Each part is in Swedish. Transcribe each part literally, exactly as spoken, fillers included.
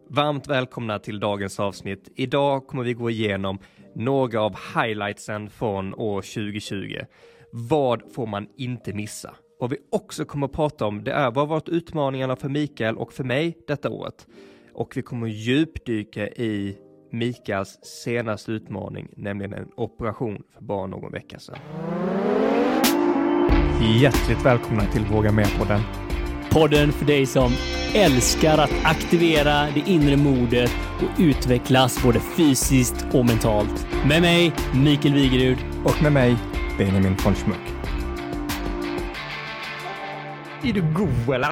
Varmt välkomna till dagens avsnitt. Idag kommer vi gå igenom några av highlightsen från år tjugo tjugo. Vad får man inte missa? Vad vi också kommer att prata om, det är vad har varit utmaningarna för Mikael och för mig detta året. Och vi kommer djupdyka i Mikaels senaste utmaning, nämligen en operation för bara någon vecka sedan. Hjärtligt välkomna till Våga Med-podden. Podden för dig som älskar att aktivera det inre modet och utvecklas både fysiskt och mentalt. Med mig, Mikael Wigerud. Och med mig, Benjamin von Schmuck. Är du god eller?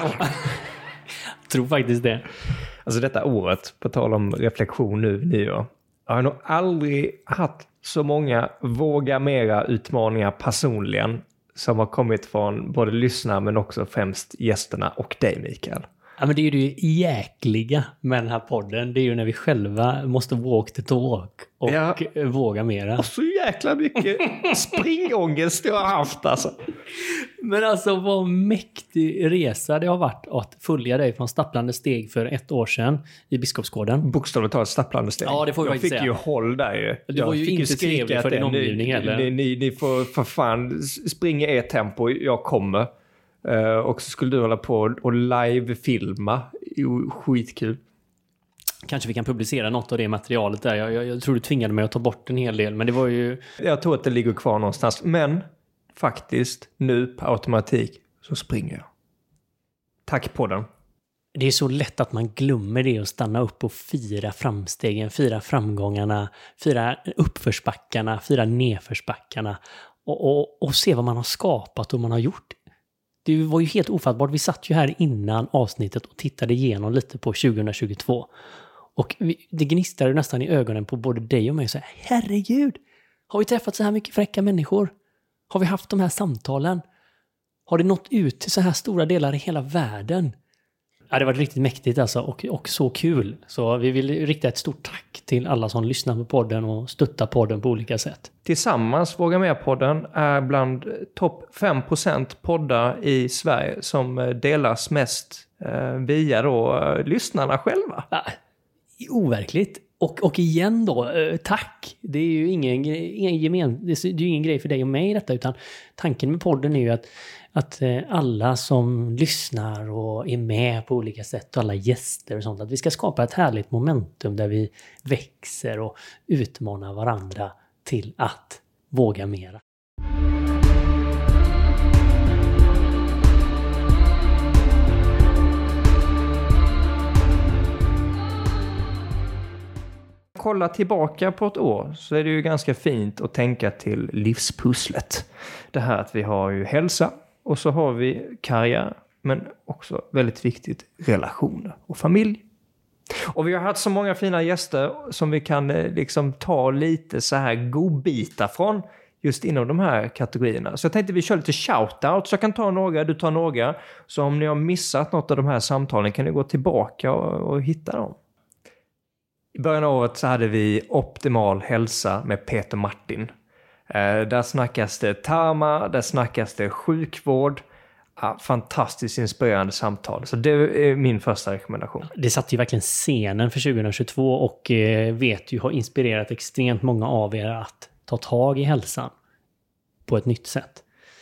Jag tror faktiskt det. Alltså detta året, på tal om reflektion nu, nyår. Jag har nog aldrig haft så många våga mera utmaningar personligen som har kommit från både lyssnare men också främst gästerna och dig, Mikael. Ja, men det är ju det jäkliga med den här podden. Det är ju när vi själva måste walk the talk och ja. våga mera. Och så jäkla mycket springångest jag har haft alltså. Men alltså vad mäktig resa det har varit att följa dig från stapplande steg för ett år sedan i Biskopsgården. Bokstavligt talat stapplande steg. Ja, det får vi jag fick säga. ju håll där ju. Du var ju inte trevlig för din omgivning heller. Ni, ni, ni får för fan springa i ert tempo, jag kommer. Uh, och så skulle du hålla på och live-filma. Jo, skitkul. Kanske vi kan publicera något av det materialet där. Jag, jag, jag tror du tvingade mig att ta bort en hel del. Men det var ju... Jag tror att det ligger kvar någonstans. Men faktiskt nu på automatik så springer jag. Tack på den. Det är så lätt att man glömmer det och stanna upp och fira framstegen. Fira framgångarna. Fira uppförsbackarna. Fira nedförsbackarna. Och, och, och se vad man har skapat och man har gjort. Det var ju helt ofattbart. Vi satt ju här innan avsnittet och tittade igenom lite på tjugo tjugotvå. Och vi, det gnistrade nästan i ögonen på både dig och mig. Så här, herregud, har vi träffat så här mycket fräcka människor? Har vi haft de här samtalen? Har det nått ut till så här stora delar i hela världen? Ja, det var riktigt mäktigt alltså och, och så kul. Så vi vill rikta ett stort tack till alla som lyssnar på podden och stöttar podden på olika sätt. Tillsammans, Våga Med-podden är bland topp fem procent poddar i Sverige som delas mest eh, via då eh, lyssnarna själva. Ja, overkligt. Och, och igen då, eh, tack. Det är ju ingen, ingen, gemen, det är ju ingen grej för dig och mig i detta, utan tanken med podden är ju att Att alla som lyssnar och är med på olika sätt och alla gäster och sånt, att vi ska skapa ett härligt momentum där vi växer och utmanar varandra till att våga mera. Kolla tillbaka på ett år så är det ju ganska fint att tänka till livspusslet. Det här att vi har ju hälsa. Och så har vi karriär, men också väldigt viktigt relationer och familj. Och vi har haft så många fina gäster som vi kan liksom ta lite så här godbitar från just inom de här kategorierna. Så jag tänkte vi kör lite shoutout, så jag kan ta några, du tar några. Så om ni har missat något av de här samtalen kan ni gå tillbaka och, och hitta dem. I början av året så hade vi Optimal hälsa med Peter Martin. Eh, där snackas det tarma, där snackas det sjukvård. Ah, fantastiskt inspirerande samtal. Så det är min första rekommendation. Det satt ju verkligen scenen för tjugo tjugotvå och eh, vet ju har inspirerat extremt många av er att ta tag i hälsan på ett nytt sätt.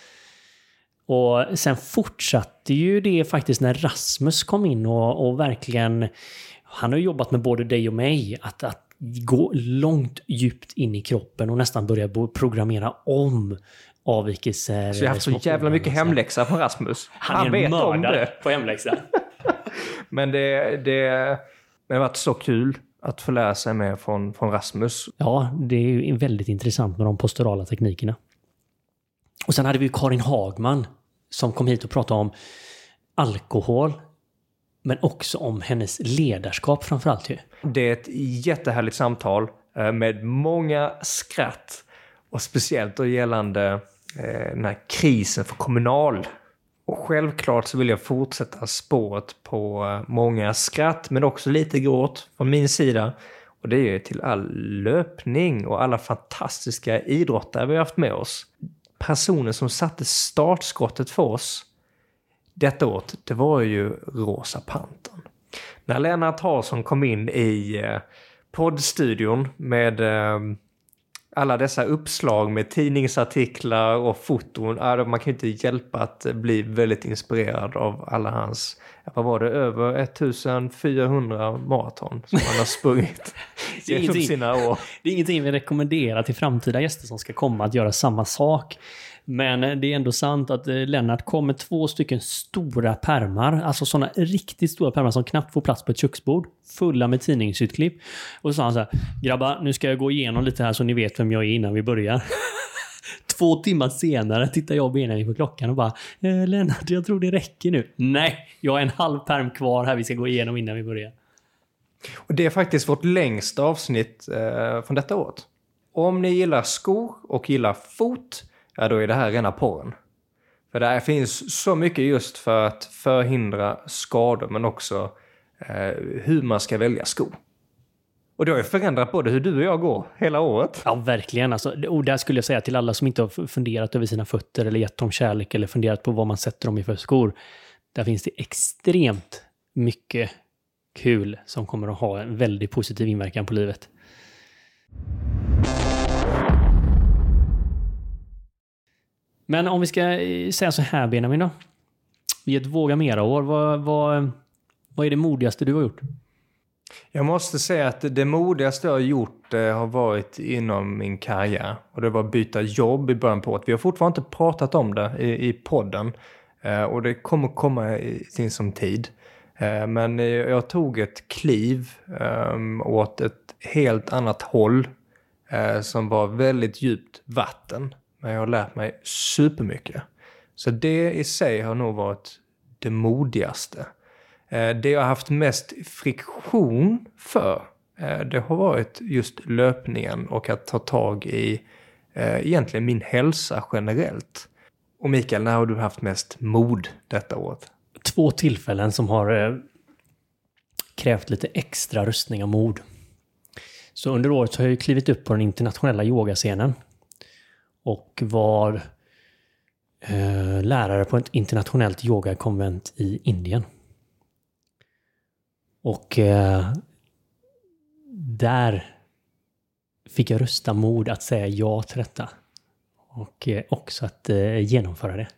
Och sen fortsatte ju det faktiskt när Rasmus kom in och, och verkligen, han har jobbat med både dig och mig att, att gå långt djupt in i kroppen och nästan börja programmera om avvikelser. Så jag har haft så jävla mycket hemläxa från Rasmus. Han, Han är vet om det på hemläxa. Men det, det, det har varit så kul att få lära sig mer från, från Rasmus. Ja, det är ju väldigt intressant med de posturala teknikerna. Och sen hade vi Karin Hagman som kom hit och pratade om alkohol, men också om hennes ledarskap framförallt ju. Det är ett jättehärligt samtal med många skratt. Och speciellt då gällande eh, den här krisen för Kommunal. Och självklart så vill jag fortsätta spåret på många skratt, men också lite gråt från min sida. Och det är ju till all löpning och alla fantastiska idrottare vi har haft med oss. Personen som satte startskottet för oss detta året, det var ju Rosa Pantern. När Lennart Hansson kom in i eh, poddstudion med eh, alla dessa uppslag med tidningsartiklar och foton. Äh, man kan ju inte hjälpa att bli väldigt inspirerad av alla hans, vad var det, över fjortonhundra maraton som han har sprungit genom sina år. Det är ingenting vi rekommenderar till framtida gäster som ska komma att göra samma sak. Men det är ändå sant att Lennart kom med två stycken stora pärmar. Alltså sådana riktigt stora pärmar som knappt får plats på ett köksbord. Fulla med tidningsutklipp. Och så sa han så här: grabbar, nu ska jag gå igenom lite här så ni vet vem jag är innan vi börjar. Två timmar senare tittar jag och Benjamin på klockan och bara eh, Lennart, jag tror det räcker nu. Nej, jag har en halv pärm kvar här vi ska gå igenom innan vi börjar. Och det är faktiskt vårt längsta avsnitt eh, från detta året. Om ni gillar skor och gillar fot, ja, då är det här rena porren. För det finns så mycket just för att förhindra skador, men också eh, hur man ska välja skor. Och det har ju förändrat både hur du och jag går hela året. Ja, verkligen. Alltså, och där skulle jag säga till alla som inte har funderat över sina fötter eller gett dem kärlek eller funderat på vad man sätter dem i för skor. Där finns det extremt mycket kul som kommer att ha en väldigt positiv inverkan på livet. Men om vi ska säga så här, Benjamin då. I ett våga mera år, vad, vad, vad är det modigaste du har gjort? Jag måste säga att det modigaste jag har gjort eh, har varit inom min karriär. Och det var att byta jobb i början på året. Vi har fortfarande inte pratat om det i, i podden. Eh, och det kommer komma i sin som tid. Eh, men jag tog ett kliv eh, åt ett helt annat håll. Eh, som var väldigt djupt vatten. Men jag har lärt mig supermycket. Så det i sig har nog varit det modigaste. Det jag har haft mest friktion för, det har varit just löpningen och att ta tag i egentligen min hälsa generellt. Och Mikael, när har du haft mest mod detta året? Två tillfällen som har krävt lite extra rustning och mod. Så under året har jag klivit upp på den internationella yogascenen. Och var eh, lärare på ett internationellt yogakonvent i Indien. Och eh, där fick jag rösta mod att säga ja till detta. Och eh, också att eh, genomföra det.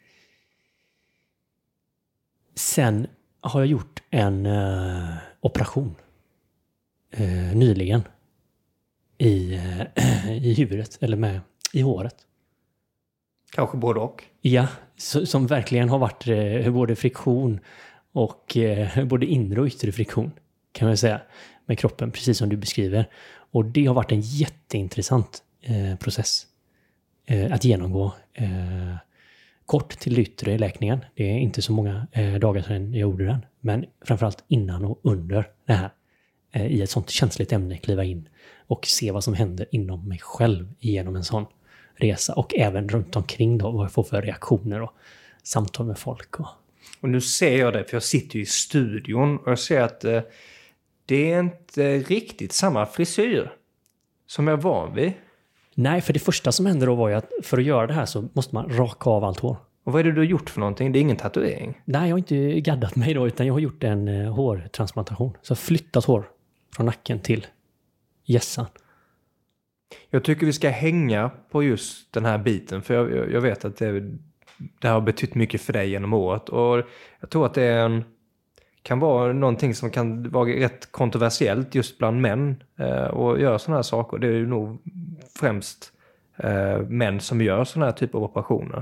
Sen har jag gjort en eh, operation. Eh, nyligen. I, eh, i huvudet. Eller med, i håret. Kanske både och. Ja, så, som verkligen har varit eh, både friktion och eh, både inre och yttre friktion kan man säga med kroppen, precis som du beskriver. Och det har varit en jätteintressant eh, process eh, att genomgå. Eh, kort till yttre läkningen. Det är inte så många eh, dagar sedan jag gjorde den. Men framförallt innan och under det här. Eh, I ett sånt känsligt ämne kliva in och se vad som händer inom mig själv genom en sån resa. Och även runt omkring då, vad jag får för reaktioner och samtal med folk och Och nu ser jag det, för jag sitter ju i studion och jag ser att eh, det är inte riktigt samma frisyr som jag är van vid. Nej, för det första som händer då var ju att för att göra det här så måste man raka av allt hår. Och vad är det du har gjort för någonting? Det är ingen tatuering? Nej, jag har inte gaddat mig då, utan jag har gjort en eh, hårtransplantation. Så jag har flyttat hår från nacken till hjässan. Jag tycker vi ska hänga på just den här biten, för jag, jag vet att det, det har betytt mycket för dig genom året. Och jag tror att det är en, kan vara någonting som kan vara rätt kontroversiellt just bland män eh, och göra sådana här saker. Det är ju nog främst eh, män som gör sådana här typer av operationer.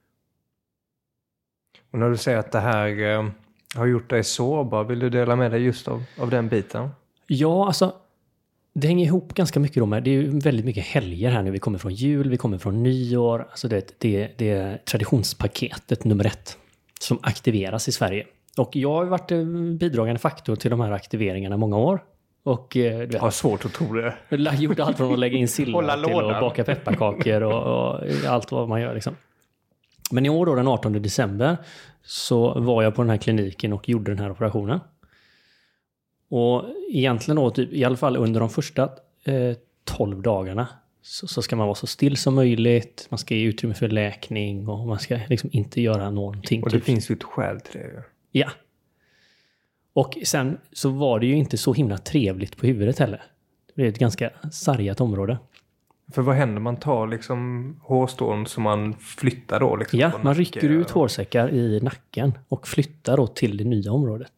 Och när du säger att det här eh, har gjort dig sårbar, vill du dela med dig just av, av den biten? Ja, alltså det hänger ihop ganska mycket då med, det är ju väldigt mycket helger här nu. Vi kommer från jul, vi kommer från nyår. Alltså det, det, det är traditionspaketet nummer ett som aktiveras i Sverige. Och jag har varit bidragande faktor till de här aktiveringarna många år. Och du vet, jag har svårt att tro det. Jag har gjort allt från att lägga in sillar till att baka pepparkakor och, och allt vad man gör liksom. Men i år då, den artonde december, så var jag på den här kliniken och gjorde den här operationen. Och egentligen då, typ, i alla fall under de första eh, tolv dagarna så, så ska man vara så still som möjligt. Man ska ge utrymme för läkning och man ska liksom inte göra någonting. Och det typ. finns ju ett skäl till det. Ja. Och sen så var det ju inte så himla trevligt på huvudet heller. Det är ett ganska sargat område. För vad händer? Man tar liksom hårstrån som man flyttar då? Liksom ja, man rycker ut hårsäckar i nacken och flyttar då till det nya området.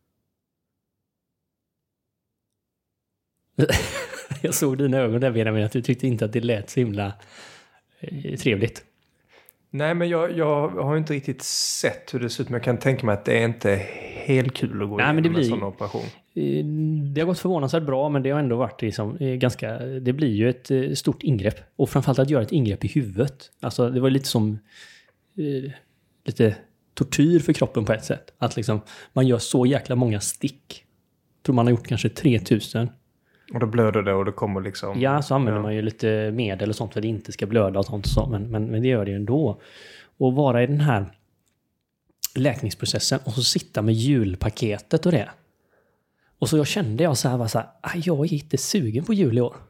Jag såg dina ögon där, Benjamin, att du tyckte inte att det lät så himla eh, trevligt. Nej, men jag, jag har inte riktigt sett hur det ser ut. Men jag kan tänka mig att det är inte helt kul att gå Nej, men det igenom blir, en sån operation. Det har gått förvånansvärt bra, men det har ändå varit liksom ganska... Det blir ju ett stort ingrepp. Och framförallt att göra ett ingrepp i huvudet. Alltså det var lite som... Eh, lite tortyr för kroppen på ett sätt. Att liksom man gör så jäkla många stick. Jag tror man har gjort kanske tre tusen. Och då blöder det och det kommer liksom... Ja, så använder ja. man ju lite medel och sånt för att det inte ska blöda och sånt. Och så, men, men, men det gör det ju ändå. Och vara i den här läkningsprocessen och så sitta med julpaketet och det. Och så jag kände jag så här, var så här, jag är inte sugen på jul i år.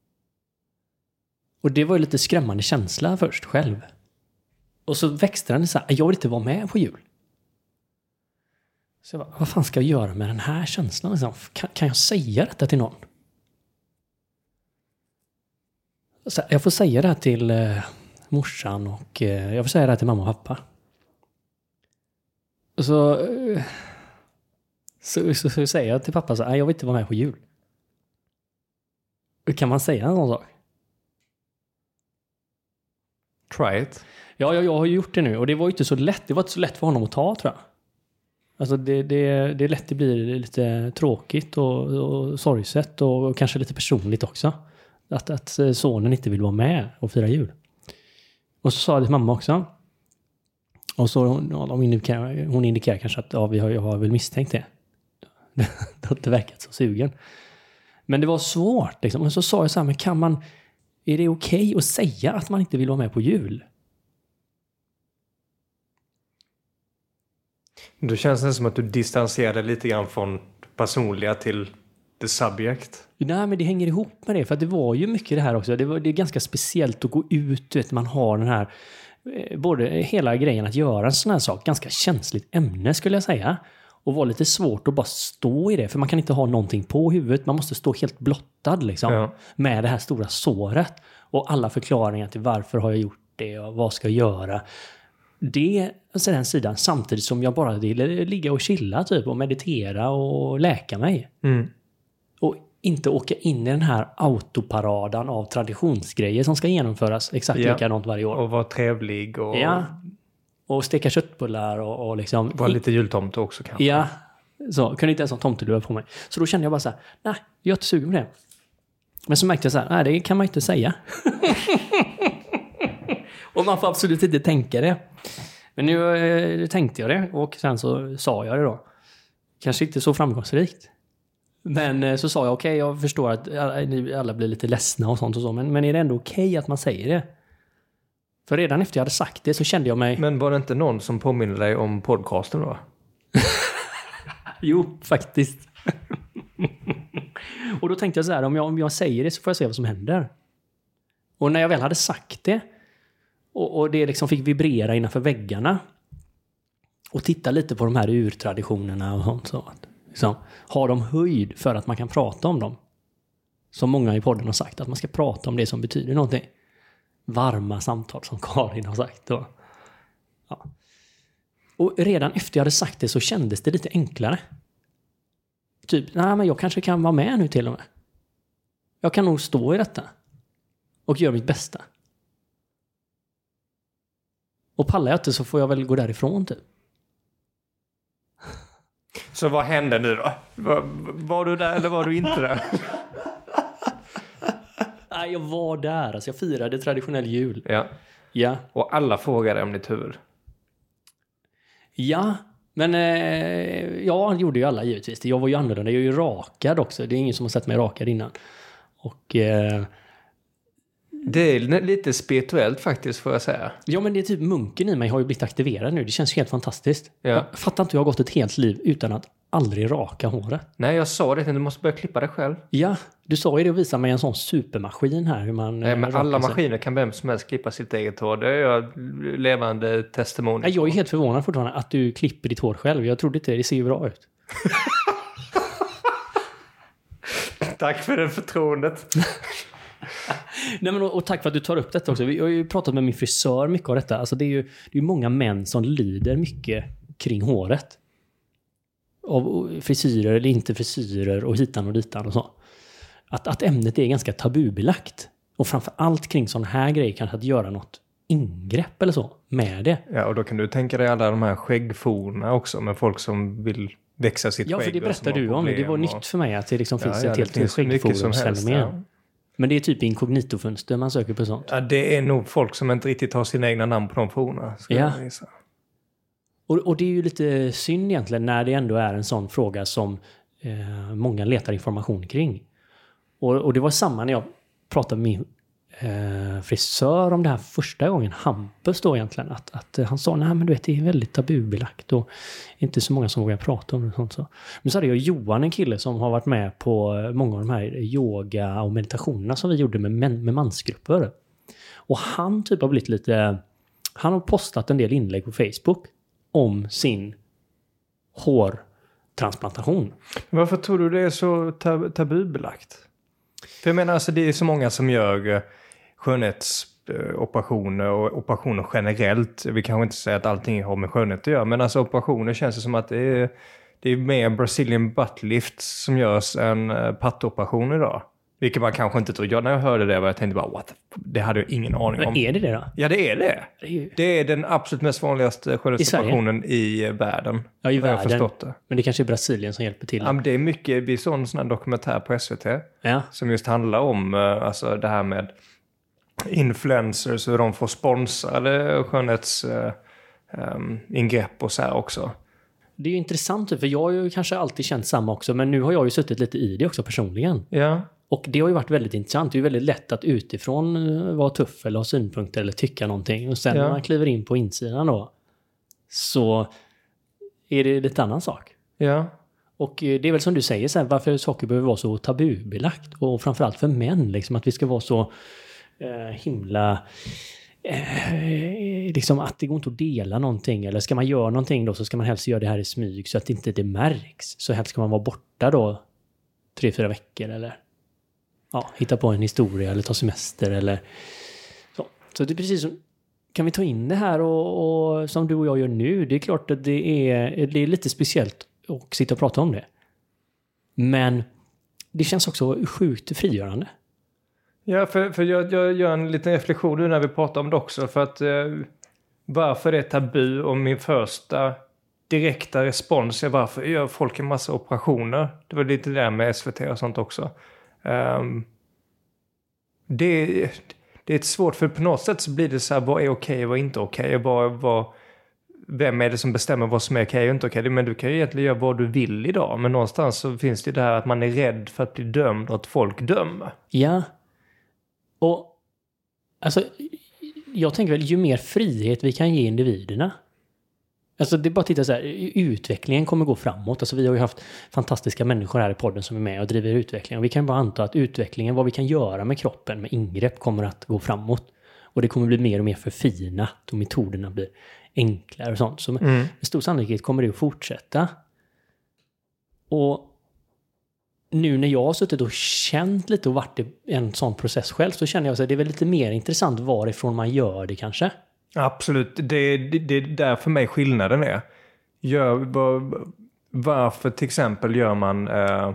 Och det var ju lite skrämmande känsla först själv. Och så växte den så här, jag vill inte vara med på jul. Så jag bara, vad fan ska jag göra med den här känslan? Liksom? Kan, kan jag säga detta till någon? Så jag får säga det här till eh, morsan och eh, jag får säga det här till mamma och pappa. Och så, eh, så, så, så säger jag till pappa så här, jag vill inte vara med på jul. Kan man säga en sån sak? Try it. Ja, jag, jag har gjort det nu och det var ju inte så lätt. Det var inte så lätt för honom att ta, tror jag. Alltså det, det, det är lätt, det blir lite tråkigt och, och sorgset och kanske lite personligt också. Att, att sonen inte vill vara med och fira jul. Och så sa jag till mamma också. Och så ja, de indikerar, hon indikerar kanske att ja, vi har, jag har väl misstänkt det. Det har inte verkat så sugen. Men det var svårt liksom. Och så sa jag så här, men kan man, är det okej okay att säga att man inte vill vara med på jul? Då känns det som att du distanserade lite grann från personliga till the subject. Nej, men det hänger ihop med det. För att det var ju mycket det här också. Det, var, det är ganska speciellt att gå ut. Vet, man har den här... Eh, både hela grejen att göra en sån här sak. Ganska känsligt ämne skulle jag säga. Och var lite svårt att bara stå i det. För man kan inte ha någonting på huvudet. Man måste stå helt blottad liksom. Ja. Med det här stora såret. Och alla förklaringar till varför har jag gjort det. Och vad ska jag göra. Det, alltså den sidan. Samtidigt som jag bara vill ligga och chilla typ. Och meditera och läka mig. Mm. Och inte åka in i den här autoparaden av traditionsgrejer som ska genomföras exakt ja. likadant varje år. Och vara trevlig och... Ja. Och steka köttbullar och, och liksom... Var lite jultomte också kanske. Ja. Så, kunde inte ens ha tomteluva på mig. Så då kände jag bara så här, nej, jag är inte sugen på det. Men så märkte jag så här, nej, det kan man inte säga. Och man får absolut inte tänka det. Men nu eh, tänkte jag det och sen så sa jag det då. Kanske inte så framgångsrikt. Men så sa jag, okej, okay, jag förstår att alla blir lite ledsna och sånt och så. Men, men är det ändå okej okay att man säger det? För redan efter jag hade sagt det så kände jag mig... Men var det inte någon som påminner dig om podcasten då? Jo, faktiskt. Och då tänkte jag så här, om jag, om jag säger det så får jag se vad som händer. Och när jag väl hade sagt det och, och det liksom fick vibrera innanför väggarna och titta lite på de här urtraditionerna och sånt så att liksom, har de höjd för att man kan prata om dem. Som många i podden har sagt, att man ska prata om det som betyder någonting. Varma samtal som Karin har sagt då. Ja. Och redan efter jag hade sagt det så kändes det lite enklare. Typ, nej men jag kanske kan vara med nu till och med. Jag kan nog stå i detta. Och göra mitt bästa. Och pallar jag inte så får jag väl gå därifrån typ. Så vad hände nu då? Var, var du där eller var du inte där? Nej, jag var där. Alltså jag firade traditionell jul. Ja. Ja. Och alla frågade om ditt huvud. Ja, men eh, ja, gjorde ju alla givetvis. Jag var ju annorlunda. Jag är ju rakad också. Det är ingen som har sett mig rakad innan. Och... Eh, det är lite spirituellt faktiskt, får jag säga. Ja, men det är typ munken i mig har ju blivit aktiverad nu. Det känns helt fantastiskt. Ja. Jag fattar inte hur jag har gått ett helt liv utan att aldrig raka håret. Nej, jag sa det. Du måste börja klippa det själv. Ja, du sa ju det och visade mig en sån supermaskin här. Hur man Nej, men alla sig. Maskiner kan vem som helst klippa sitt eget hår. Det är jag levande testimonier. Nej, jag är helt förvånad fortfarande att du klipper ditt hår själv. Jag trodde inte det. Det ser ju bra ut. Tack för det förtroendet. Nej, men och, och tack för att du tar upp detta också. Vi har ju pratat med min frisör mycket om detta. Alltså det är ju det är många män som lider mycket kring håret. Av frisyrer eller inte frisyrer och hitan och ditan och så. Att, att ämnet är ganska tabubelagt. Och framför allt kring sån här grejer, kanske att göra något ingrepp eller så med det. Ja, och då kan du tänka dig alla de här skäggforna också med folk som vill växa sitt ja, skägg. Ja, för det berättar du om. Det var och... nytt för mig att det liksom ja, finns ja, ett helt skäggforumsfenomen. Ja. Men det är typ inkognitofönster man söker på sånt. Ja, det är nog folk som inte riktigt har sina egna namn på de forna. Ja. Och, och det är ju lite synd egentligen när det ändå är en sån fråga som eh, många letar information kring. Och, och det var samma när jag pratade med min eh, frisör om det här första gången. Hampus då egentligen. Att, att han sa, nej men du vet det är väldigt tabubelagt och inte så många som vågar prata om det. Och sånt så. Men så hade jag Johan, en kille som har varit med på många av de här yoga och meditationerna som vi gjorde med, med, med mansgrupper. Och han typ har blivit lite, han har postat en del inlägg på Facebook om sin hårtransplantation. Varför tror du det är så tab- tabubelagt? För jag menar, alltså, det är så många som gör uh, skönhetsoperationer och operationer generellt. Vi kanske inte säger att allting har med skönhet att göra, men alltså operationer känns det som att det är, det är mer Brazilian butt lift som görs än uh, pattoperation idag. Vilket man kanske inte tror. Jag, när jag hörde det var jag tänkte bara, what the f- det hade jag ingen aning om. Men är det det då? Ja, det är det. Det är, ju... det är den absolut mest vanligaste skönhetsoperationen i, i världen. Ja, i världen. Jag förstått det. Men det kanske är Brasilien som hjälper till. Ja, men det är mycket, vi såg en sån här dokumentär på S V T. Ja. Som just handlar om alltså, det här med influencers och hur de får sponsrade skönhetsingrepp uh, um, och så här också. Det är ju intressant, för jag har ju kanske alltid känt samma också, men nu har jag ju suttit lite i det också personligen. Ja. Och det har ju varit väldigt intressant. Det är ju väldigt lätt att utifrån vara tuff eller ha synpunkter eller tycka någonting. Och sen ja. när man kliver in på insidan då, så är det lite annan sak. Ja. Och det är väl som du säger, så här, varför saker behöver vara så tabubelagt. Och framförallt för män, liksom, att vi ska vara så eh, himla... Eh, liksom att det går inte att dela någonting. Eller ska man göra någonting då, så ska man helst göra det här i smyg så att inte det märks. Så helst ska man vara borta då tre, fyra veckor eller... Ja, hitta på en historia eller ta semester eller så. Så det är precis som, kan vi ta in det här och, och som du och jag gör nu, det är klart att det är, det är lite speciellt att sitta och prata om det. Men det känns också sjukt frigörande. Ja, för, för jag, jag gör en liten reflektion nu när vi pratar om det också. För att eh, varför det är tabu, och min första direkta respons är varför gör folk en massa operationer. Det var lite där med S V T och sånt också. Um, det, det är ett svårt, för på något sätt så blir det så här, vad är okej och vad är inte okej, vad, vad, vem är det som bestämmer vad som är okej och inte okej. Men du kan ju egentligen göra vad du vill idag, men någonstans så finns det det här att man är rädd för att bli dömd och att folk dömer. Ja, och alltså jag tänker väl, ju mer frihet vi kan ge individerna. Alltså det är bara att titta så här, utvecklingen kommer gå framåt. Alltså vi har ju haft fantastiska människor här i podden som är med och driver utvecklingen. Och vi kan bara anta att utvecklingen, vad vi kan göra med kroppen, med ingrepp, kommer att gå framåt. Och det kommer bli mer och mer förfinat och metoderna blir enklare och sånt. Så med, mm. med stor sannolikhet kommer det att fortsätta. Och nu när jag har suttit och känt lite och varit i en sån process själv, så känner jag att det är väl lite mer intressant varifrån man gör det kanske. Absolut, det, det, det är där för mig skillnaden är. Gör, var, varför till exempel gör man eh,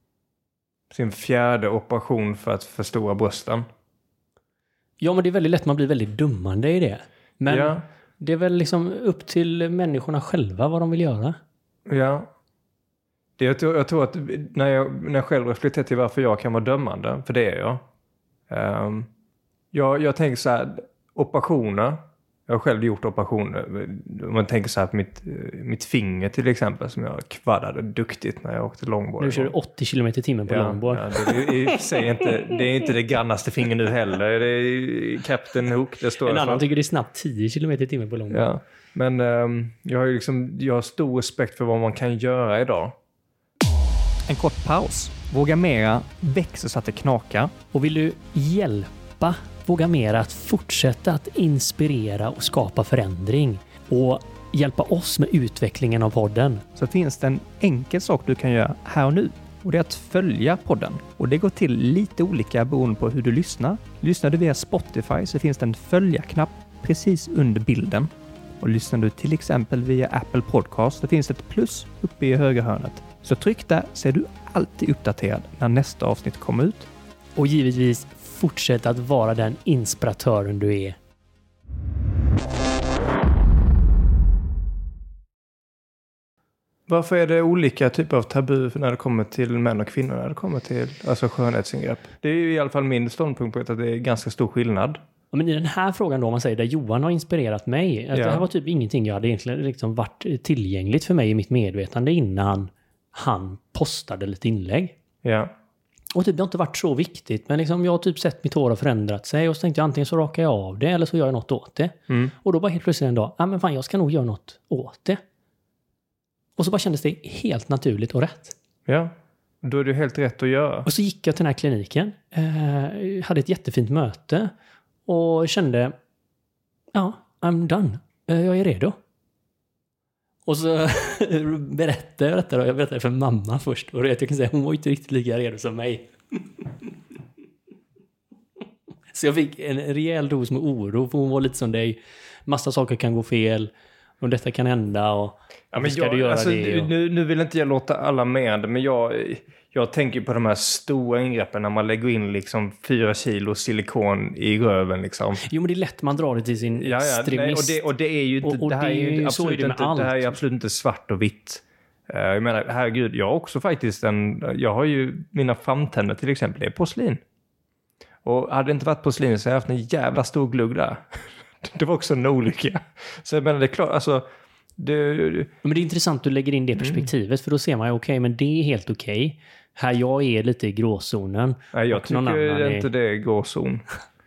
sin fjärde operation för att förstora brösten? Ja, men det är väldigt lätt, man blir väldigt dummande i det. Men ja. det är väl liksom upp till människorna själva vad de vill göra. Ja. Det, jag, tror, jag tror att när jag, när jag själv reflekterar till varför jag kan vara dömande, för det är jag. Um, jag, jag tänker så här, operationer. Jag har själv gjort operationer. Om man tänker så här på mitt, mitt finger till exempel, som jag kvaddade duktigt när jag åkte långboard. Nu kör du åttio kilometer i timmen på ja, långboard. Ja, det, är, i sig inte, det är inte det grannaste finger nu heller. Det är Captain Hook. Det står en annan tycker det är snabbt tio kilometer i timmen på långboard. Ja, men um, jag har ju liksom, jag har stor respekt för vad man kan göra idag. En kort paus. Våga Mera växer så att det knakar. Och vill du hjälpa Våga Mera att fortsätta att inspirera och skapa förändring, och hjälpa oss med utvecklingen av podden, så finns det en enkel sak du kan göra här och nu. Och det är att följa podden. Och det går till lite olika beroende på hur du lyssnar. Lyssnar du via Spotify så finns det en följa-knapp precis under bilden. Och lyssnar du till exempel via Apple Podcast så finns ett plus uppe i högra hörnet. Så tryck där så är du alltid uppdaterad när nästa avsnitt kommer ut. och givetvis fortsätt att vara den inspiratören du är. Varför är det olika typer av tabu när det kommer till män och kvinnor när det kommer till alltså skönhetsingrepp? Det är ju i alla fall min ståndpunkt på att det är ganska stor skillnad. Ja, men i den här frågan då, om man säger där Johan har inspirerat mig. Att Ja. Det här var typ ingenting jag hade egentligen liksom varit tillgängligt för mig i mitt medvetande innan han postade lite inlägg. Ja. Och typ, det har inte varit så viktigt. Men liksom, jag har typ sett mitt hår har förändrat sig. Och så tänkte jag antingen så rakar jag av det eller så gör jag något åt det. Mm. Och då bara helt plötsligt en dag, ja men fan jag ska nog göra något åt det. Och så bara kändes det helt naturligt och rätt. Ja. Då är det helt rätt att göra. Och så gick jag till den här kliniken. Eh, hade ett jättefint möte. Och kände, ja, I'm done. Eh, jag är redo. Och så berättade jag detta då. Jag berättade för mamma först. Och jag kan säga, hon var inte riktigt lika redo som mig. Så jag fick en rejäl dos med oro. För hon var lite som dig. Massa saker kan gå fel. Och detta kan hända. Och Ja, men ska jag, du göra alltså, det? Och... nu, nu vill inte jag låta alla med, men jag, jag tänker på de här stora ingreppen när man lägger in liksom fyra kilo silikon i röven liksom. Jo, men det är lätt man drar det till sin Ja, ja, nej, och, det, och det är ju inte, Och- och det här det är är ju ju- så är absolut det med inte, allt. det här är absolut inte svart och vitt. Uh, jag menar, herregud, jag har också faktiskt en, jag har ju mina framtänder till exempel, det är porslin. Och hade det inte varit porslin så hade jag haft en jävla stor glugg där. Det var också en olycka. Så jag menar, det är klart, alltså det, Men det är intressant att du lägger in det perspektivet. För då ser man ju, okej, men det är helt okej. Här jag är lite i gråzonen. nej, jag och någon tycker annan är- inte det är gråzon.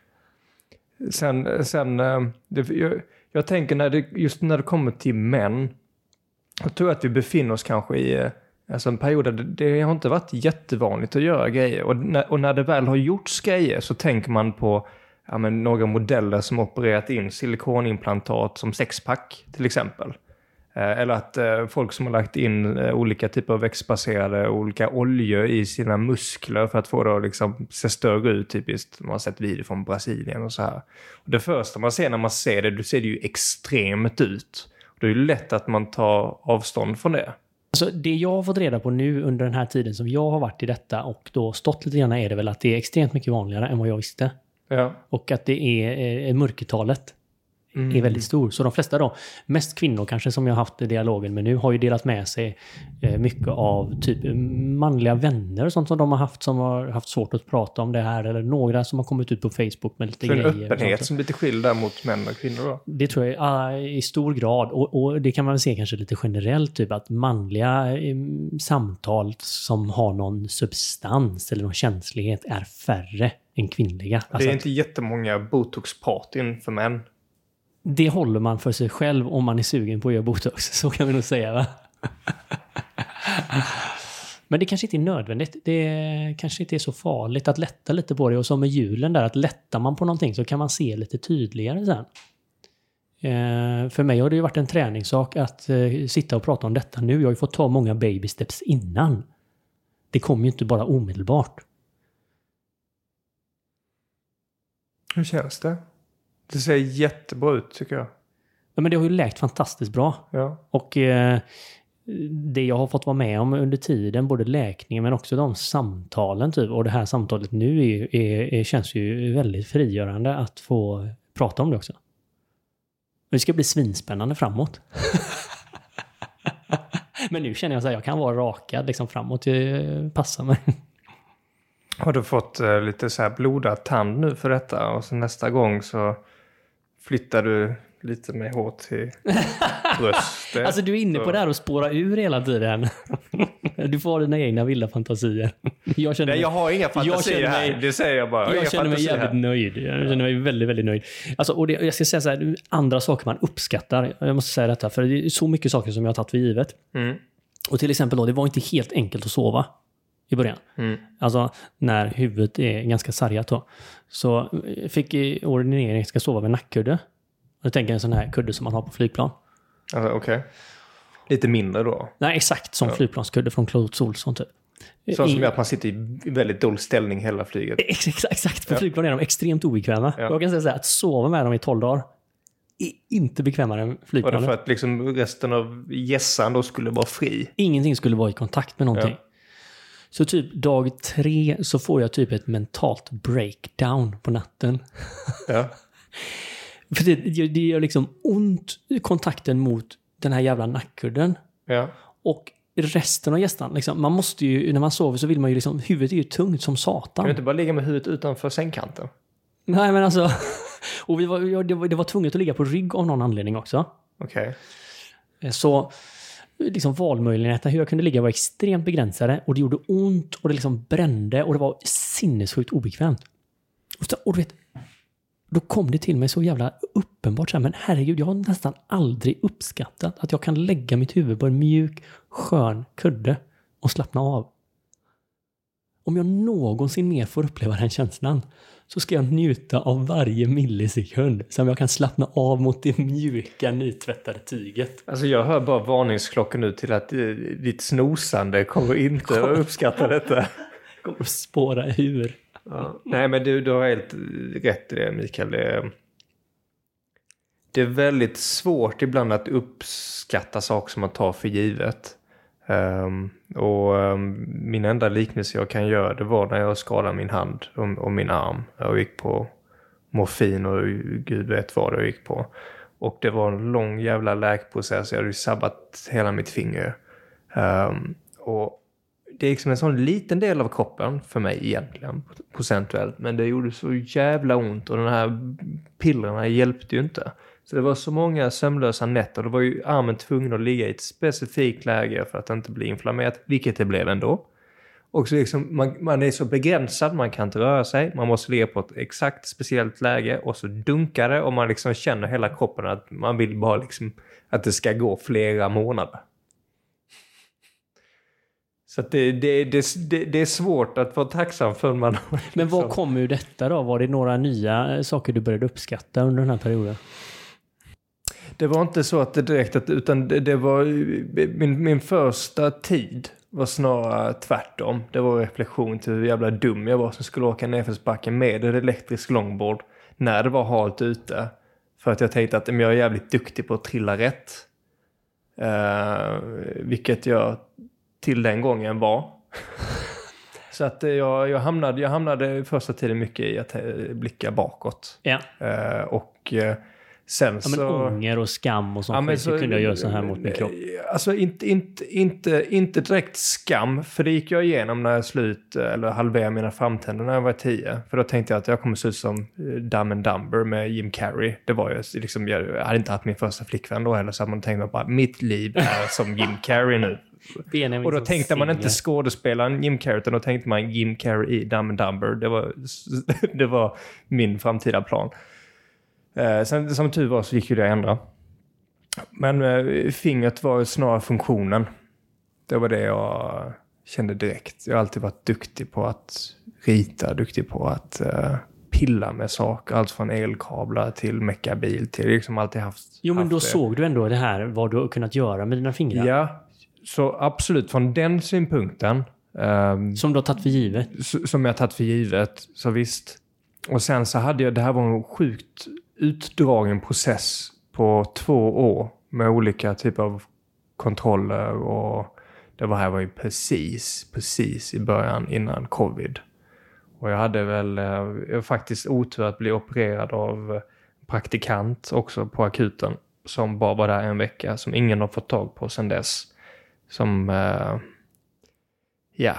Sen, sen eh, det, jag, jag tänker när det, just när det kommer till män, jag tror att vi befinner oss kanske i eh, alltså en period där det, det har inte varit jättevanligt att göra grejer. Och när, och när det väl har gjorts grejer så tänker man på ja, men några modeller som opererat in silikonimplantat som sexpack till exempel. Eh, Eller att eh, folk som har lagt in eh, olika typer av växtbaserade olika oljor i sina muskler för att få det att liksom se större ut typiskt. Man har sett video från Brasilien och så här. Och det första man ser när man ser det, då ser det ju extremt ut. Och det är ju lätt att man tar avstånd från det. Alltså, det jag har fått reda på nu under den här tiden som jag har varit i detta och då stått lite grann är det väl att det är extremt mycket vanligare än vad jag visste. Ja. Och att det är eh, mörkertalet Mm. är väldigt stor. Så de flesta då, mest kvinnor kanske som jag har haft dialogen med nu, har ju delat med sig eh, mycket av typ manliga vänner och sånt som de har haft som har haft svårt att prata om det här. Eller några som har kommit ut på Facebook med lite Så en grejer. och öppenhet sånt. som lite skilda mot män och kvinnor då? Det tror jag ah, i stor grad. Och, och det kan man väl se kanske lite generellt. Typ att manliga eh, samtal som har någon substans eller någon känslighet är färre än kvinnliga. Det Alltså är att inte jättemånga botox-partyn för män. det håller man för sig själv om man är sugen på att göra botox. Så kan vi nog säga, va? Men det kanske inte är nödvändigt. Det kanske inte är så farligt att lätta lite på det. Och som med hjulen där, att lättar man på någonting så kan man se lite tydligare sen. Eh, för mig har det ju varit en träningssak att eh, sitta och prata om detta nu. Jag har ju fått ta många baby steps innan. Det kommer ju inte bara omedelbart. Hur känns det? Det ser jättebra ut tycker jag. Ja, men det har ju läkt fantastiskt bra. Ja. Och eh, det jag har fått vara med om under tiden, både läkningen men också de samtalen typ, och det här samtalet nu är, är, är, känns ju väldigt frigörande att få prata om det också. Det ska bli svinspännande framåt. Men nu känner jag så här, jag kan vara rakad liksom framåt, det passar mig. Har du fått eh, lite så här blodad tand nu för detta? Och så nästa gång så flyttar du lite med hår till bröstet. Alltså du är inne på så. det här och spåra ur hela tiden. Du får dina egna vilda fantasier. Jag känner Nej, jag har inga fantasier känner mig- här. Det säger jag bara. Jag inga känner mig fantasier jävligt här. nöjd. Jag känner mig väldigt, väldigt nöjd. Alltså, och det, jag ska säga så här, andra saker man uppskattar. Jag måste säga detta, för det är så mycket saker som jag har tagit för givet. Mm. Och till exempel då, det var inte helt enkelt att sova i början. Mm. Alltså när huvudet är ganska sargat då. Så fick i ordinering ska sova med nackkudde. Jag tänker en sån här kudde som man har på flygplan. Alltså, okej. Okay. Lite mindre då? Nej, exakt som ja. flygplanskudde från Clas Ohlson typ. Så som I, att man sitter i väldigt dålig ställning hela flyget. Exakt, exakt. På ja. flygplan är de extremt obekväma. Ja. Jag kan säga så här, att sova med dem i tolv dagar är inte bekvämare än flygplanet. Var det för att liksom resten av gässan då skulle vara fri? Ingenting skulle vara i kontakt med någonting. Ja. Så typ dag tre så får jag typ ett mentalt breakdown på natten. Ja. För det, det gör liksom ont i kontakten mot den här jävla nackkudden. Ja. Och resten av gästan, liksom, man måste ju, när man sover så vill man ju liksom, huvudet är ju tungt som satan. Kan du inte bara ligga med huvudet utanför sängkanten? Nej, men alltså, och vi var, det, var, det var tvunget att ligga på rygg av någon anledning också. Okej. Okay. Så liksom valmöjligheterna, hur jag kunde ligga var extremt begränsade och det gjorde ont och det liksom brände och det var sinnessjukt obekvämt. Och, så, och du vet, då kom det till mig så jävla uppenbart så här, men herregud, jag har nästan aldrig uppskattat att jag kan lägga mitt huvud på en mjuk, skön kudde och slappna av. Om jag någonsin mer får uppleva den känslan så ska jag njuta av varje millisekund som jag kan slappna av mot det mjuka, nytvättade tyget. Alltså jag hör bara varningsklockor nu till att ditt snosande kommer inte att uppskatta detta. Kommer att spåra ur. Ja. Nej, men du, du har helt rätt i det, Mikael. Det är, det är väldigt svårt ibland att uppskatta saker som man tar för givet. Um, och um, min enda liknelse jag kan göra, det var när jag skadade min hand och, och min arm. Jag gick på morfin och gud vet vad jag gick på. Och det var en lång jävla läkprocess. Jag hade ju sabbat hela mitt finger. Um, och det är liksom en sån liten del av kroppen för mig egentligen, procentuellt. Men det gjorde så jävla ont och de här pillerna hjälpte ju inte. Så det var så många sömnlösa nätter. Då var ju armen tvungen att ligga i ett specifikt läge för att inte bli inflammerat, vilket det blev ändå. Och så liksom, man, man är så begränsad, man kan inte röra sig. Man måste ligga på ett exakt speciellt läge och så dunkar det och man liksom känner hela kroppen att man vill bara liksom att det ska gå flera månader. Så att det, det, det, det, det är svårt att vara tacksam för man... Liksom. Men vad kom ur detta då? Var det några nya saker du började uppskatta under den här perioden? Det var inte så att det direkt, utan det, det var min, min första tid var snarare tvärtom. Det var reflektion till hur jävla dum jag var som skulle åka nedförsbacken med ett elektriskt longboard när det var halt ute. För att jag tänkte att jag är jävligt duktig på att trilla rätt. Uh, vilket jag till den gången var. Så att jag, jag, hamnade, jag hamnade första tiden mycket i att blicka bakåt. Ja. Uh, och uh, sen ja, men så... ånger och skam och sånt. Ja, men så kunde jag göra så här mot min kropp. Alltså inte, inte, inte, inte direkt skam. För det gick jag igenom när jag slut eller halverade mina framtänder när jag var tio. För då tänkte jag att jag kommer se ut som Dumb and Dumber med Jim Carrey. Det var ju liksom, jag hade inte haft min första flickvän då heller. Så man tänkte bara, mitt liv är som Jim Carrey nu. Benjamin och då tänkte man inte skådespelaren Jim Carrey, utan då tänkte man Jim Carrey i Dumb and Dumber. Det var, det var min framtida plan. Eh, sen som tur var så gick ju det att ändra. Men eh, fingret var snarare funktionen. Det var det jag kände direkt. Jag har alltid varit duktig på att rita, duktig på att eh, pilla med saker. Allt från elkablar till meckabil till liksom alltid haft. Jo, men haft då det. Såg du ändå det här, vad du har kunnat göra med dina fingrar. Ja, så absolut från den synpunkten. Um, som du har tagit för givet. Som jag har tagit för givet, så visst. Och sen så hade jag, det här var en sjukt utdragen process på två år med olika typer av kontroller och det var här var ju precis, precis i början innan covid. Och jag hade väl jag faktiskt otur att bli opererad av praktikant också på akuten som bara var där en vecka, som ingen har fått tag på sedan dess. Som, uh, ja...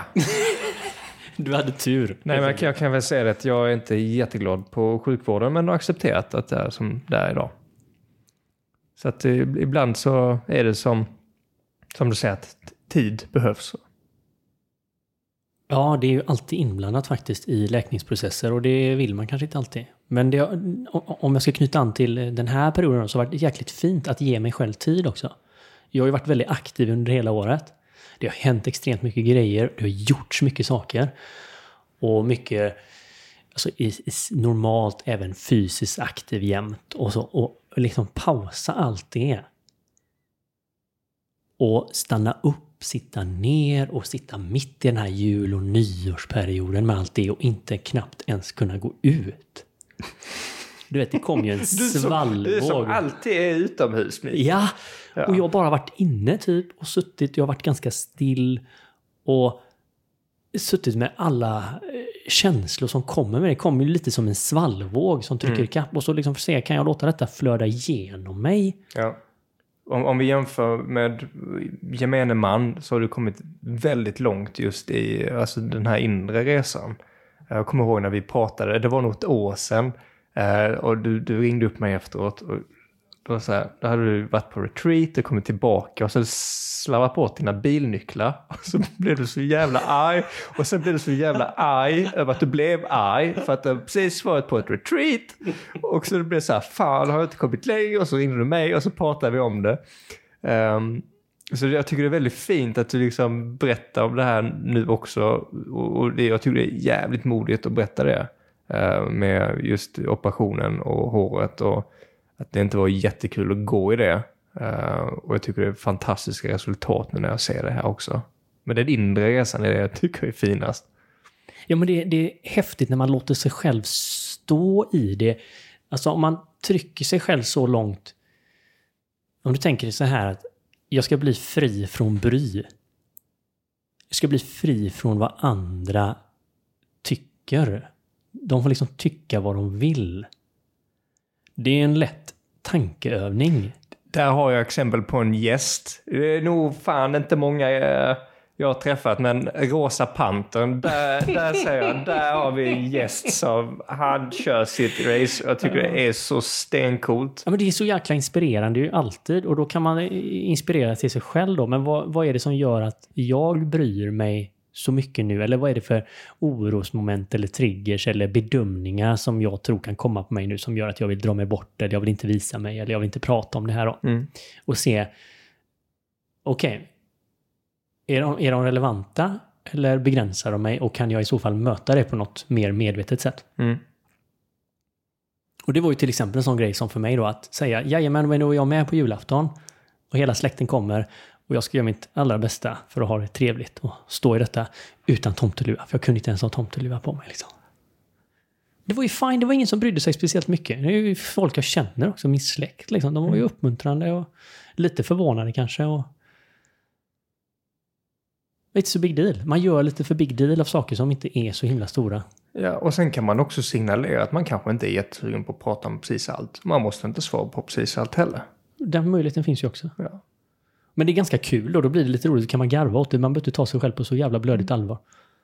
Du hade tur. Nej, men jag kan väl säga att jag är inte jätteglad på sjukvården, men har accepterat att det är som det är idag. Så att ibland så är det som, som du säger, att tid behövs. Ja, det är ju alltid inblandat faktiskt i läkningsprocesser och det vill man kanske inte alltid. Men det, om jag ska knyta an till den här perioden så har det varit jäkligt fint att ge mig själv tid också. Jag har ju varit väldigt aktiv under hela året. Det har hänt extremt mycket grejer. Det har gjorts mycket saker. Och mycket alltså, i, i, normalt även fysiskt aktiv jämt. Och, så, och liksom pausa allt det. och stanna upp, sitta ner och sitta mitt i den här jul- och nyårsperioden med allt det och inte knappt ens kunna gå ut. Du vet, det kom ju en svallvåg. Du som alltid är utomhus. Ja, ja, och jag har bara varit inne typ och suttit. Jag har varit ganska still och suttit med alla känslor som kommer med det. Det kommer ju lite som en svallvåg som trycker mm. ikapp. Och så liksom för att se, kan jag låta detta flöda igenom mig? Ja. Om, om vi jämför med gemene man så har du kommit väldigt långt just i alltså den här inre resan. Jag kommer ihåg när vi pratade, det var något år sedan. Och du, du ringde upp mig efteråt och då, så här, då hade du varit på retreat och kommit tillbaka och så slavat bort dina bilnycklar och så blev du så jävla arg och sen blev du så jävla arg över att du blev arg för att du precis varit på ett retreat och så det blev så här, fan har jag inte kommit längre och så ringde du mig och så pratade vi om det. Um, så jag tycker det är väldigt fint att du liksom berättar om det här nu också och, och det, jag tycker det är jävligt modigt att berätta det uh, med just operationen och håret och att det inte var jättekul att gå i det. Uh, och jag tycker det är fantastiska resultat när jag ser det här också. Men den inre resan är det jag tycker är finast. Ja, men det, det är häftigt när man låter sig själv stå i det. Alltså om man trycker sig själv så långt. Om du tänker dig så här att jag ska bli fri från bry. Jag ska bli fri från vad andra tycker. De får liksom tycka vad de vill. Det är en lätt tankeövning. Där har jag exempel på en gäst. Det är nog fan inte många jag har träffat, men Rosa Pantern, där, där säger jag, där har vi en gäst som han kör sitt race. Jag tycker det är så stencoolt. Ja, men det är så jäkla inspirerande ju alltid, och då kan man inspirera till sig själv då. Men vad, vad är det som gör att jag bryr mig så mycket nu? Eller vad är det för orosmoment eller triggers eller bedömningar som jag tror kan komma på mig nu som gör att jag vill dra mig bort eller jag vill inte visa mig eller jag vill inte prata om det här då? Mm. Och se, okej, okay, är de, är de relevanta eller begränsar de mig och kan jag i så fall möta det på något mer medvetet sätt? Mm. Och det var ju till exempel en sån grej som för mig då att säga, jajamän, men då är jag med på julafton och hela släkten kommer och jag ska göra mitt allra bästa för att ha det trevligt och stå i detta utan tomteluva. För jag kunde inte ens ha tomteluva på mig liksom. Det var ju fine, det var ingen som brydde sig speciellt mycket. Det är ju folk jag känner också, min släkt liksom. De var ju uppmuntrande och lite förvånade kanske. Och inte så big deal. Man gör lite för big deal av saker som inte är så himla stora. Ja, och sen kan man också signalera att man kanske inte är jättesugen på att prata om precis allt. Man måste inte svara på precis allt heller. Den möjligheten finns ju också. Ja. Men det är ganska kul då, då blir det lite roligt. Så kan man garva åt det. Man behöver inte ta sig själv på så jävla blödigt allvar.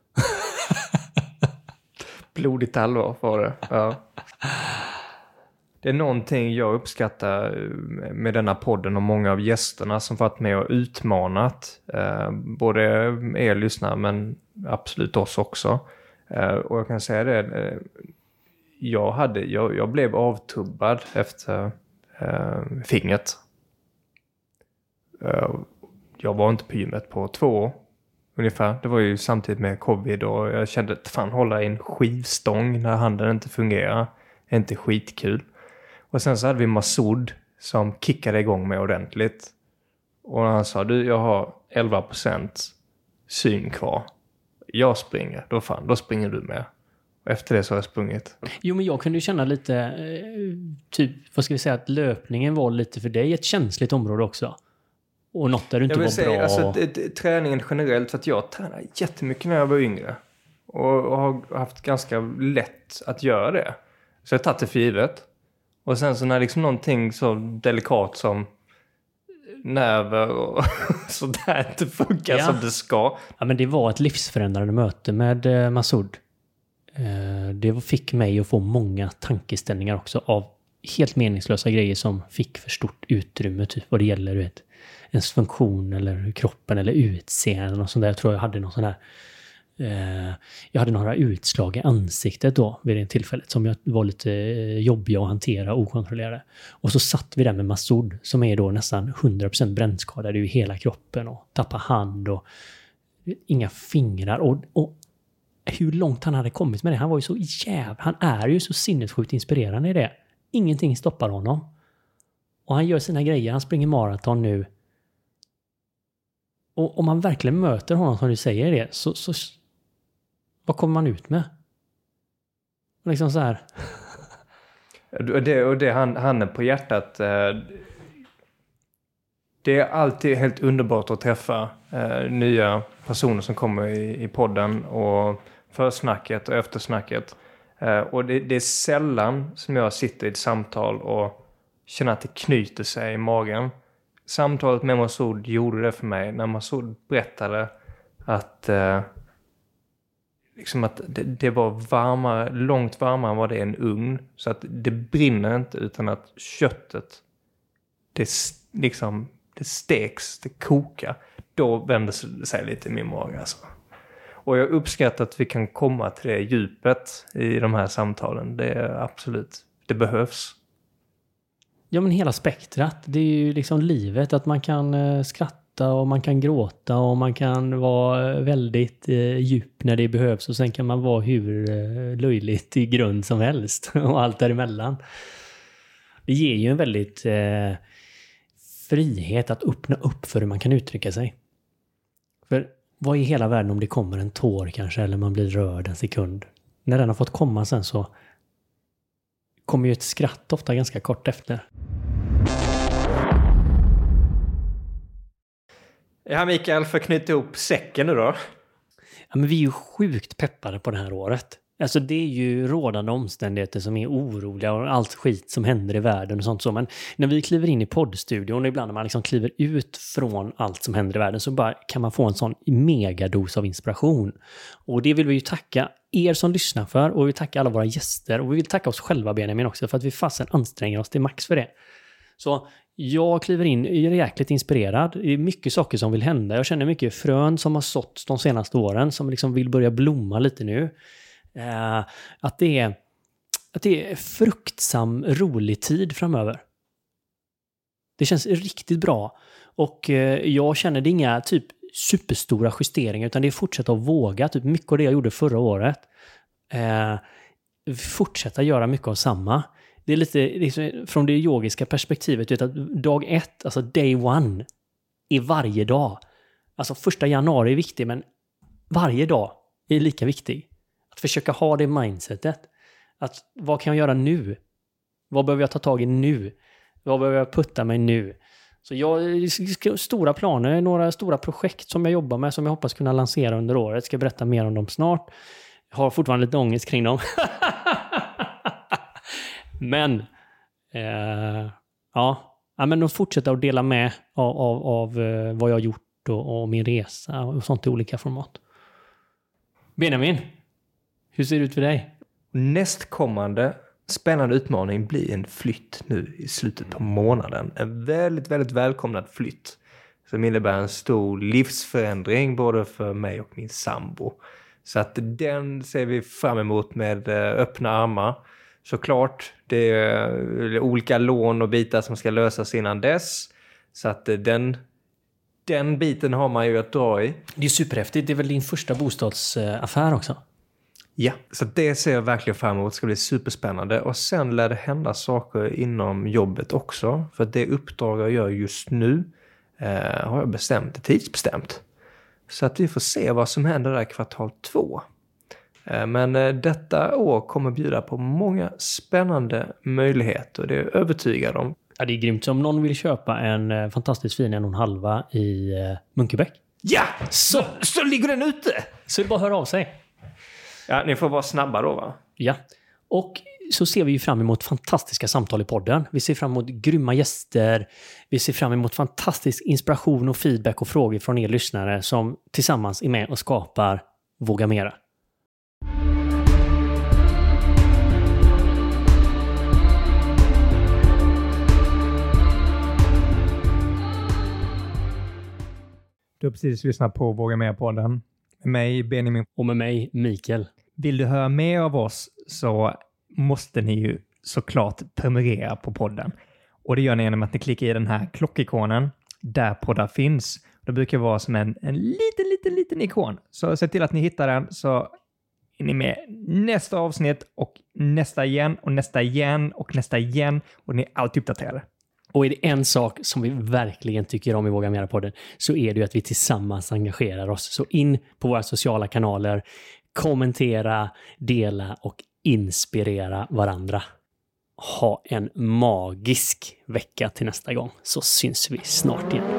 Blodigt allvar var det, ja. Det är någonting jag uppskattar med denna podden och många av gästerna som varit med och utmanat eh, både er lyssnare men absolut oss också. Eh, och jag kan säga det, eh, jag, hade, jag, jag blev avtubbad efter eh, fingret. Eh, jag var inte på gymmet på två år ungefär. Det var ju samtidigt med covid och jag kände att fan hålla i en skivstång när handen inte fungerar är inte skitkul. Och sen så hade vi Masoud som kickade igång mig ordentligt. Och han sa, du jag har elva procent syn kvar. Jag springer, då fan, då springer du med. Och efter det så har jag sprungit. Jo, men jag kunde ju känna lite, eh, typ, vad ska vi säga, att löpningen var lite för dig ett känsligt område också. Och något där du inte jag vill var säga, bra. Alltså, det, det, träningen generellt, för att jag tränade jättemycket när jag var yngre. Och, och har haft ganska lätt att göra det. Så jag har tagit det för givet. Och sen så när liksom någonting så delikat som nerver och sådär inte funkar ja. som det ska. Ja, men det var ett livsförändrande möte med eh, Masoud. Eh, det fick mig att få många tankeställningar också av helt meningslösa grejer som fick för stort utrymme typ vad det gäller, du vet, ens funktion eller kroppen eller utseende och sånt där. Jag tror jag hade någon sån här eh, jag hade några utslag i ansiktet då vid det tillfället som jag var lite jobbiga att hantera och okontrollerade. Och så satt vi där med Masoud som är då nästan hundra procent brännskadad i hela kroppen och tappade hand och inga fingrar och, och hur långt han hade kommit med det. Han var ju så jävla, han är ju så sinnessjukt inspirerande i det. Ingenting stoppar honom. Och han gör sina grejer, han springer maraton nu. Och om man verkligen möter honom som du säger det, så, så vad kommer man ut med? Liksom så här. Och det, och det han, han är på hjärtat. Eh, det är alltid helt underbart att träffa eh, nya personer som kommer i, i podden och försnacket och eftersnacket. Eh, och det, det är sällan som jag sitter i ett samtal och känner att det knyter sig i magen. Samtalet med Masoud gjorde det för mig när Masoud berättade att, eh, liksom att det, det var varmare, långt varmare än vad det är en ugn. Så att det brinner inte utan att köttet, det, liksom, det steks, det kokar. Då vänder det sig lite i min mage. Alltså. Och jag uppskattar att vi kan komma till det djupet i de här samtalen. Det är absolut, det behövs. Ja, men hela spektrat. Det är ju liksom livet. Att man kan eh, skratta och man kan gråta och man kan vara väldigt eh, djup när det behövs. Och sen kan man vara hur eh, löjligt i grund som helst. Och allt däremellan. Det ger ju en väldigt eh, frihet att öppna upp för hur man kan uttrycka sig. För vad är hela världen om det kommer en tår kanske eller man blir rörd en sekund? När den har fått komma sen så kommer ju ett skratt ofta ganska kort efter. Ja, Mikael, för att knyta ihop säcken nu då. Ja, men vi är ju sjukt peppade på det här året. Alltså det är ju rådande omständigheter som är oroliga och allt skit som händer i världen och sånt så. Men när vi kliver in i poddstudion och ibland när man liksom kliver ut från allt som händer i världen så bara kan man få en sån megados av inspiration. Och det vill vi ju tacka er som lyssnar för och vi vill tacka alla våra gäster och vi vill tacka oss själva Benjamin också för att vi fasen anstränger oss till max för det. Så jag kliver in jäkligt inspirerad. Det är mycket saker som vill hända. Jag känner mycket frön som har såtts de senaste åren som liksom vill börja blomma lite nu. Uh, att, det är, att det är fruktsam, rolig tid framöver. Det känns riktigt bra. Och uh, jag känner det inga typ superstora justeringar utan det är fortsätta att våga. Typ mycket av det jag gjorde förra året. Uh, fortsätta göra mycket av samma. Det är lite liksom, från det yogiska perspektivet vet, att dag ett, alltså day one, är varje dag. Alltså första januari är viktig men varje dag är lika viktig. Att försöka ha det mindsetet. Att vad kan jag göra nu? Vad behöver jag ta tag i nu? Vad behöver jag putta mig nu? Så jag har stora planer, några stora projekt som jag jobbar med som jag hoppas kunna lansera under året. Ska berätta mer om dem snart. Jag har fortfarande lite ångest kring dem. men eh, ja, ja, men de fortsätter att dela med av, av, av eh, vad jag har gjort och, och min resa och sånt i olika format. Benjamin, hur ser det ut för dig? Nästkommande spännande utmaning blir en flytt nu i slutet på månaden. En väldigt, väldigt välkomnad flytt. Som innebär en stor livsförändring både för mig och min sambo. Så att den ser vi fram emot med öppna armar. Såklart, det är olika lån och bitar som ska lösas innan dess. Så att den, den biten har man ju att dra i. Det är superhäftigt. Det är väl din första bostadsaffär också? Ja, så det ser jag verkligen fram emot. Det ska bli superspännande. Och sen lär det hända saker inom jobbet också. För det uppdrag jag gör just nu eh, har jag bestämt, det tidsbestämt. Så att vi får se vad som händer där kvartal två. Eh, men eh, detta år kommer bjuda på många spännande möjligheter. Det är jag övertygad om. Ja, det är grymt. Så om någon vill köpa en eh, fantastiskt fin en och en halva i eh, Munkebäck. Ja, så, så ligger den ute! Så det är bara att höra av sig. Ja, ni får vara snabba då va? Ja, och så ser vi ju fram emot fantastiska samtal i podden. Vi ser fram emot grymma gäster. Vi ser fram emot fantastisk inspiration och feedback och frågor från er lyssnare som tillsammans är med och skapar Våga Mera. Du har precis lyssnat på Våga Mera-podden. Med mig, Benjamin. Och med mig, Mikael. Vill du höra mer av oss så måste ni ju såklart prenumerera på podden. Och det gör ni genom att ni klickar i den här klockikonen där poddar finns. Det brukar vara som en, en liten, liten, liten ikon. Så se till att ni hittar den så är ni med nästa avsnitt och nästa igen och nästa igen och nästa igen. Och ni är alltid uppdaterade. Och är det en sak som vi verkligen tycker om i Våga Mera-podden så är det ju att vi tillsammans engagerar oss. Så in på våra sociala kanaler, kommentera, dela och inspirera varandra. Ha en magisk vecka till nästa gång, så syns vi snart igen.